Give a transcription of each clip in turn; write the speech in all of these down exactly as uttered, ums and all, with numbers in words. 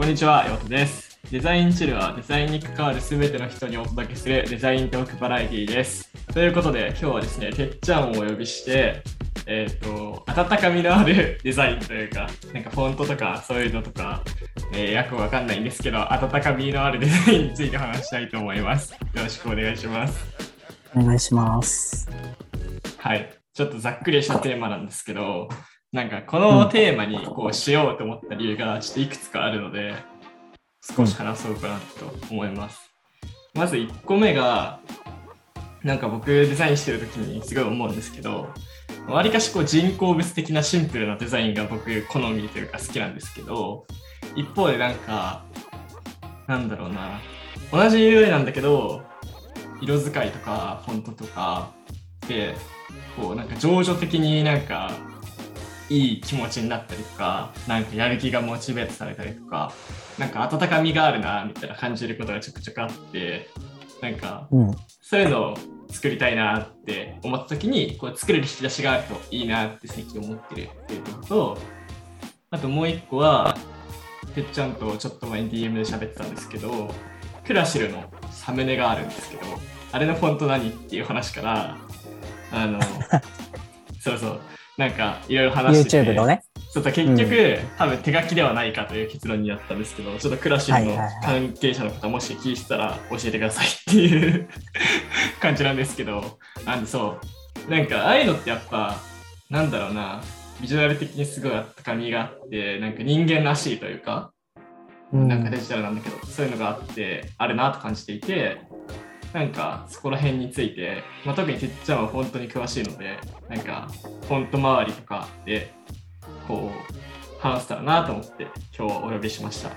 んにちは、岩田です。デザインチルはデザインに関わるすべての人にお届けするデザイントークバラエティです。ということで、今日はですね、てっちゃんをお呼びして、えっと、温かみのあるデザインというか、なんかフォントとかそういうのとか、えー、よくわかんないんですけど、温かみのあるデザインについて話したいと思います。よろしくお願いします。 お願いします。 はい。ちょっとざっくりしたテーマなんですけど、なんかこのテーマにこうしようと思った理由がちょっといくつかあるので、少し話そうかなと思います。まずいっこめが、なんか僕デザインしてる時にすごい思うんですけど、わりかしこう人工物的なシンプルなデザインが僕好みというか好きなんですけど、一方でなんか、なんだろうな、同じ色なんだけど、色使いとかフォントとかで、こうなんか情緒的になんかいい気持ちになったりとか、なんかやる気がモチベートされたりとか、なんか温かみがあるなみたいな感じることがちょくちょくあって、なんかそういうのを作りたいなって思った時に、こう作れる引き出しがあるといいなって最近思ってるっていうことと、あともう一個はてっちゃんとちょっと前に ディーエム で喋ってたんですけど、クラシルのサムネがあるんですけど、あれのフォント何っていう話から、あのそうそうなんかいろいろ話してて、 YouTube のね、 ちょっと結局、うん、多分手書きではないかという結論になったんですけど、ちょっとクラシルの関係者の方もし聞いてたら教えてくださいっていう感じなんですけど、あのそうなんかああいうのってやっぱなんだろうな、ビジュアル的にすごい温かみがあって、なんか人間らしいというか、うん、なんかデジタルなんだけどそういうのがあってあるなと感じていて、なんかそこら辺について、まあ、特にてっちゃんはフォントに詳しいので、なんかフォント周りとかでこう話せたらなと思って今日はお呼びしました。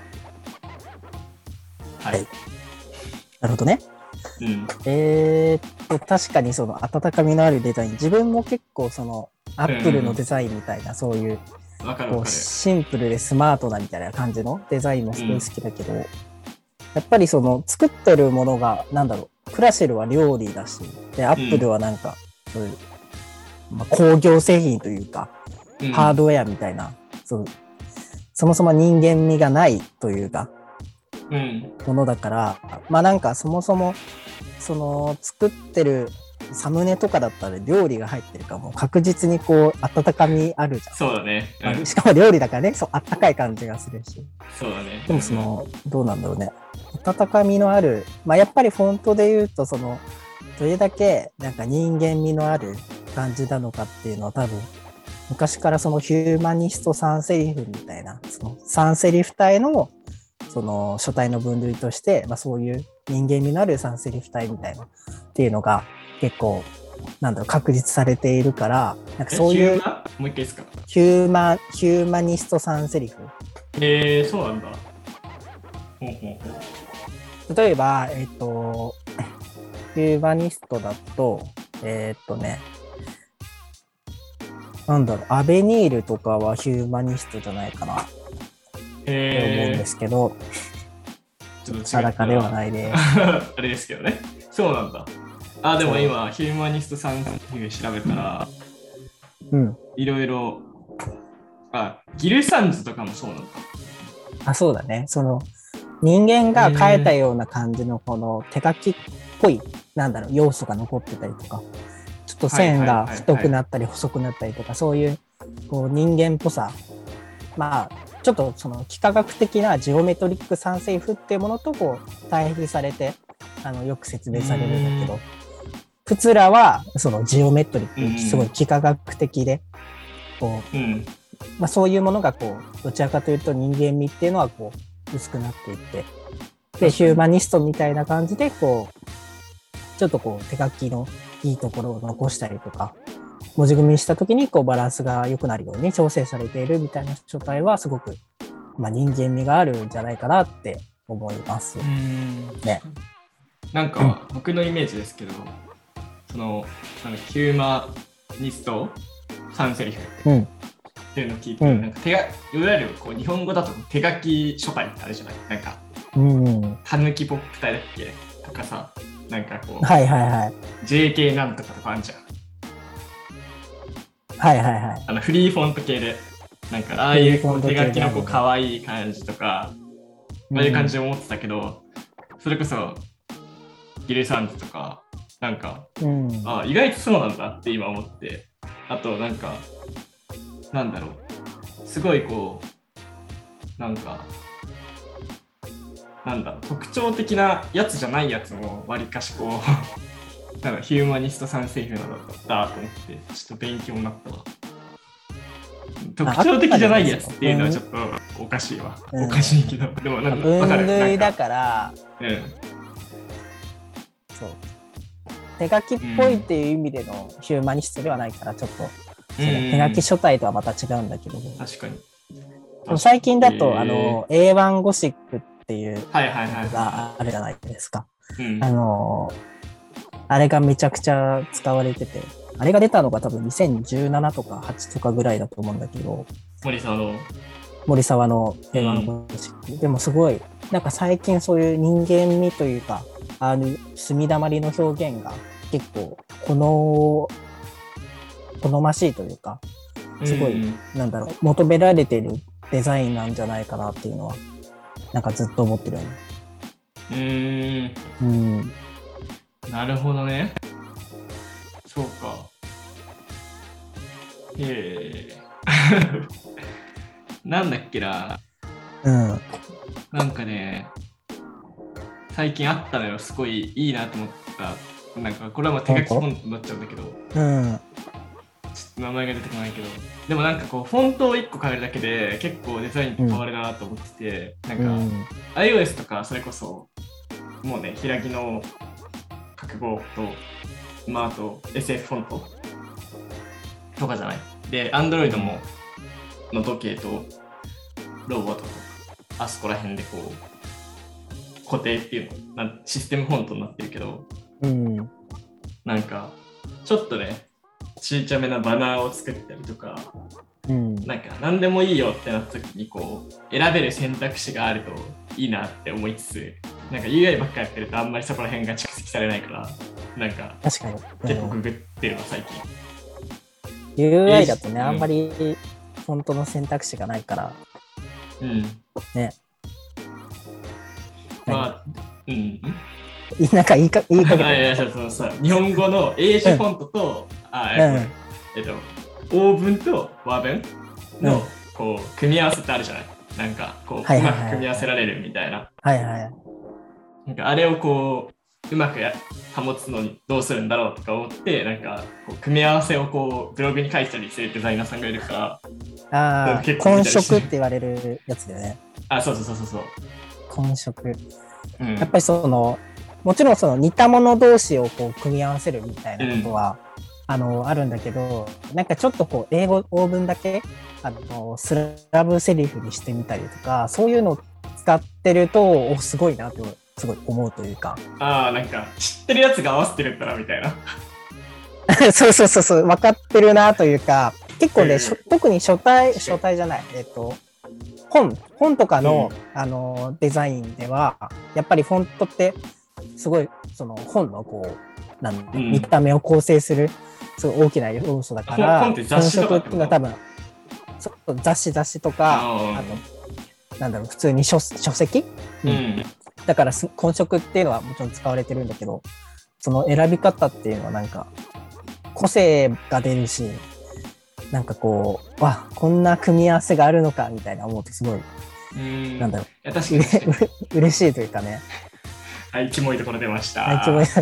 はい、はい、なるほどね。うん、えー、っと確かにその温かみのあるデザイン、自分も結構そのアップルのデザインみたいな、うん、そういうこうシンプルでスマートなみたいな感じのデザインもすごい好きだけど、うん、やっぱりその作ってるものがなんだろう、クラシルは料理だし、でアップルはなんかそういう、まあ、工業製品というか、うん、ハードウェアみたいな、そう、そもそも人間味がないというか、うん、ものだから、まあなんかそもそもその作ってるサムネとかだったら料理が入ってるからもう確実にこう温かみあるじゃん。 そうだね、 うん、まあ、しかも料理だからね、そう温かい感じがするし。 そうだね。 でもその、うん、どうなんだろうね。温かみのある、まあやっぱりフォントで言うとそのどれだけなんか人間味のある感じなのかっていうのは多分昔からそのヒューマニストさんセリフみたいなそのさんセリフ体のその書体の分類として、まあ、そういう人間味のあるさんセリフ体みたいなっていうのが結構なんだろう確立されているから、なんかそういうもう一回ですか？ ヒューマヒューマニストさんセリフ。 へー、そうなんだ。ほうほうほう例えばえっとヒューマニストだとえっとねなんだろうアベニールとかはヒューマニストじゃないかなって思うんですけど、 ちょっと定かではないですあれですけどね。そうなんだ。あ、でも今ヒューマニストさん調べたら、うん、いろいろ、あ、ギルサンズとかもそうなんだ。 あ、そうだね。その人間が描いたような感じのこの手書きっぽいなんだろう要素が残ってたりとか、ちょっと線が太くなったり細くなったりとか、そういうこう人間っぽさ、まあちょっとその幾何学的なジオメトリック三セリフっていうものとこう対比されてあのよく説明されるんだけど、プツラはそのジオメトリックすごい幾何学的でこう、うんまあ、そういうものがこうどちらかというと人間味っていうのはこう薄くなっていって、でヒューマニストみたいな感じでこうちょっとこう手書きのいいところを残したりとか文字組みした時にこうバランスが良くなるように調整されているみたいな書体はすごく、まあ、人間味があるんじゃないかなって思いますね。 なんか僕のイメージですけど、そのなんかヒューマニストさんセリフっていうのを聞いて、うん、なんか手がいわゆるこう日本語だと手書き書体ってあるじゃない、なんかたぬきポップ体だっけとかさ、なんかこう、 はいはいはい、 ジェーケー なんとかとかあるじゃん。 はいはいはい、 あのフリーフォント系でなんかああいうこう手書きのこう可愛い感じとか、 ああいう感じで思ってたけど、うん、それこそギルサンズとかなんか、うん、あ意外とそうなんだって今思って、あとなんかなんだろうすごいこうなんかなんだ特徴的なやつじゃないやつもわりかしこうなんかヒューマニスト賛成風なのだと思ってちょっと勉強になったわ。特徴的じゃないやつっていうのはちょっとおかしいわ、うん、おかしいけどでもなんか分類だからうんそう手書きっぽいっていう意味でのヒューマニストではないからちょっと、うん、その手書き書体とはまた違うんだけど、うん、 確かにでも最近だとあの エーワン ゴシックっていうのがあるじゃないですか、あのあれがめちゃくちゃ使われてて、あれが出たのが多分にせんじゅうななとかはちとかぐらいだと思うんだけど、 森沢の森沢のエーワン ゴシック、うん、でもすごいなんか最近そういう人間味というかあの墨だまりの表現が結構この好ましいというかすごい、うん、なんだろう求められてるデザインなんじゃないかなっていうのはなんかずっと思ってるよね。 うーん、 うん、 なるほどね。そうか。へえ。なんだっけな。 うん。 なんかね、最近あったのよ。すごいいいなと思った。なんかこれはもう手書き本になっちゃうんだけど。 うん。 ちょっと名前が出てこないけど。でもなんかこうフォントをいっこ変えるだけで結構デザインって変わるなと思ってて、うん、なんか iOS とかそれこそもうね、開きの覚悟と、まああと エスエフ フォントとかじゃない。で、Android もの時計とロボットとか、あそこら辺でこう固定っていうのなシステムフォントになってるけど、 うん、 なんかちょっとねちいちゃめなバナーを作ったりとか、うん、なんか何でもいいよってなった時にこう選べる選択肢があるといいなって思いつつ、なんか ユーアイ ばっかやってるとあんまりそこら辺が蓄積されないから、なんか確かに、うん、 結構ググってるの最近。 ユーアイ だとね、うん、あんまりフォントの選択肢がないから、 うんね。 まあ、うん。 なんか言いか言いかけてる。いやそうそうそう。日本語の英字フォントと、うん、あ、うん、えっと、オー文と和文の、うん、こう組み合わせってあるじゃない。なんかこう、はいはいはい、うまく組み合わせられるみたいな。 はいはい。 なんかあれをこううまくや保つのにどうするんだろうとか思って、なんかこう組み合わせをこうブログに書いたりするデザイナーさんがいるから、 ああ、混色って言われるやつだよね。 あ、そうそうそうそう。 混色、うん。やっぱりそのもちろんその似たもの同士をこう組み合わせるみたいなことは、うん、あのあるんだけど、なんかちょっとこう英語英文だけあのスラブセリフにしてみたりとか、そういうのを使ってるとおすごいなってすごい思うというか。 ああ、なんか知ってるやつが合わせてるんだなみたいな。 そうそうそうそう、分かってるなというか、結構ね、特に書体書体じゃない、えっと本本とかの、うん、あのデザインではやっぱりフォントってすごいその本のこうなん、うん、見た目を構成するすごい大きな要素だから、 本って雑誌とかってこと？ 本色っていうのは多分雑誌雑誌とか、あとなんだろう普通に書書籍、 うんうん、 だから混色っていうのはもちろん使われてるんだけど、その選び方っていうのはなんか個性が出るし、なんかこうわこんな組み合わせがあるのかみたいな思うとすごい、 うんなんだろう、 いや確かに嬉しいというかね。 はい、キモいところ出ました。 はい、キモい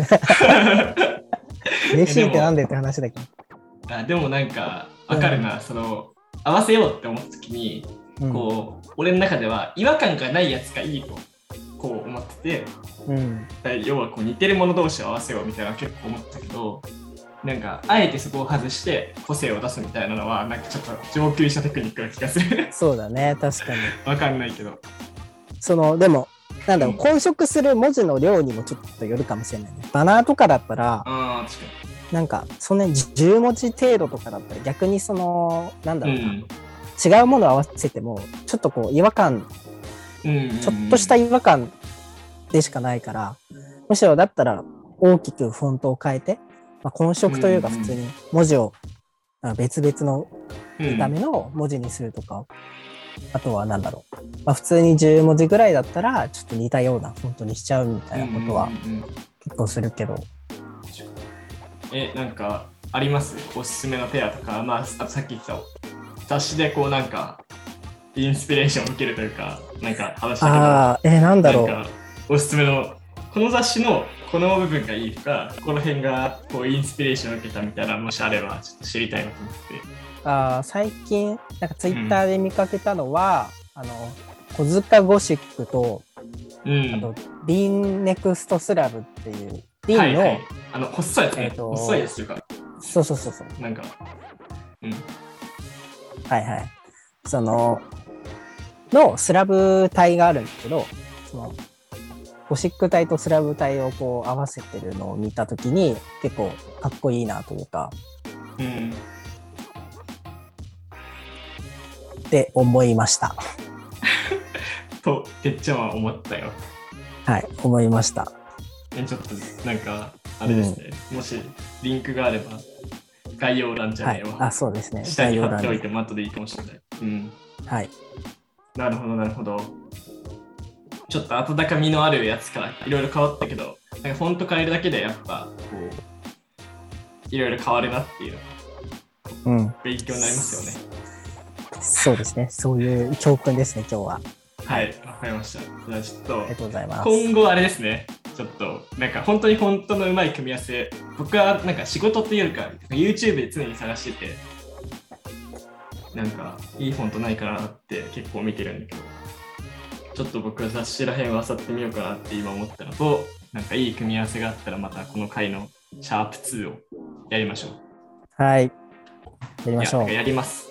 嬉しいってなんでって話だけど。あでもなんかわかるな、うん、その合わせようって思った時に、うん、こう俺の中では違和感がないやつがいいとこう思ってて、 うん、 要はこう似てるもの同士を合わせようみたいな結構思ったけど、なんかあえてそこを外して個性を出すみたいなのはなんかちょっと上級者テクニックな気がする。 そうだね、確かに。 わかんないけど、 そのでもなんだろう、うん、混色する文字の量にもちょっとよるかもしれないね。バナーとかだったら、 あ確かになんかそんなじゅう文字程度とかだったら逆にそのなんだろうな、うん、違うものを合わせてもちょっとこう違和感、 うんうんうん、 ちょっとした違和感でしかないから、むしろだったら大きくフォントを変えて、まあ、混色というか普通に文字を別々の見た目の文字にするとか、うん、あとはなんだろう、まあ、普通にじゅうもじぐらいだったらちょっと似たようなフォントにしちゃうみたいなことは結構するけど、うんうんうん、 えなんかありますおすすめのペアとか、まあ、さっき言ってた雑誌でこうなんかインスピレーションを受けるというかなんか話だけど、 あえー、なんだろう、 なんかおすすめのこの雑誌のこの部分がいいとかこの辺がこうインスピレーションを受けたみたいなもしあればちょっと知りたいなと思って。 あ最近なんかツイッターで見かけたのは、うん、あの小塚ゴシックと、うん、あとリンネクストスラブっていうリンの、はいはい、 あの細いやつね、えー、と細いやつというかそうそうそうそうなんかうんはいはいそののスラブ体があるんですけど、そのゴシック体とスラブ体をこう合わせてるのを見たときに結構かっこいいなというか、うん、って思いましたとてっちゃんは思ったよ。 はい思いました。 えちょっとなんかあれですね、うん、もしリンクがあれば概要欄じゃないわ、 はい、あそうですね下に貼っておいても後でいいかもしれない。うん、 はいなるほどなるほど。ちょっと温かみのあるやつからいろいろ変わったけど、なんかフォント変えるだけでやっぱこういろいろ変わるなっていうの、うん、勉強になりますよね。 そうですね、そういう教訓ですね今日は。 はい、わかりました。じゃあちょっとありがとうございます。 今後あれですね、ちょっとなんか本当にフォントのうまい組み合わせ、僕はなんか仕事っていうよりか YouTube で常に探してて、なんかいいフォントないかなって結構見てるんだけど、ちょっと僕は雑誌らへんを漁ってみようかなって今思ったのと、なんかいい組み合わせがあったらまたこの回のシャープツーをやりましょう。 はい、やりましょう。 や, やります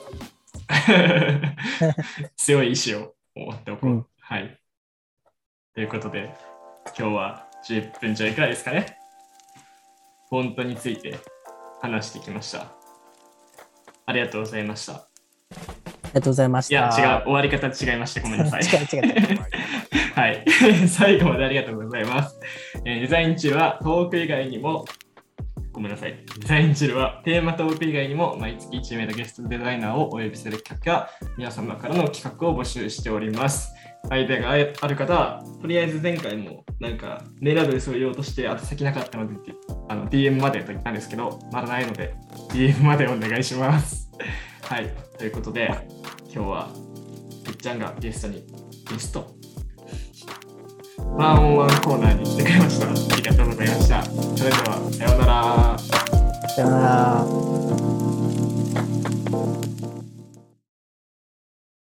強い意志を持っておこう、うん、はい。ということで今日はじゅっぷんちょいくらいですかね、フォントについて話してきました。ありがとうございました。 ありがとうございました。 いや違う、終わり方違いました。ごめんなさい。 違う違うはい、最後までありがとうございます。えー、デザイン中はトーク以外にもごめんなさい。デザイン中はテーマトーク以外にも毎月いち名のゲストデザイナーをお呼びする企画や皆様からの企画を募集しております。アイデアがある方はとりあえず前回もなんかメールアドレスを言おうとして後先なかったのであの ディーエム までと言ったんですけどまだないので ディーエム までお願いします。はい、ということで今日はてっちゃんがゲストにゲストワンオンワンコーナーに来てくれました。ありがとうございました。それではさようなら。 さようなら。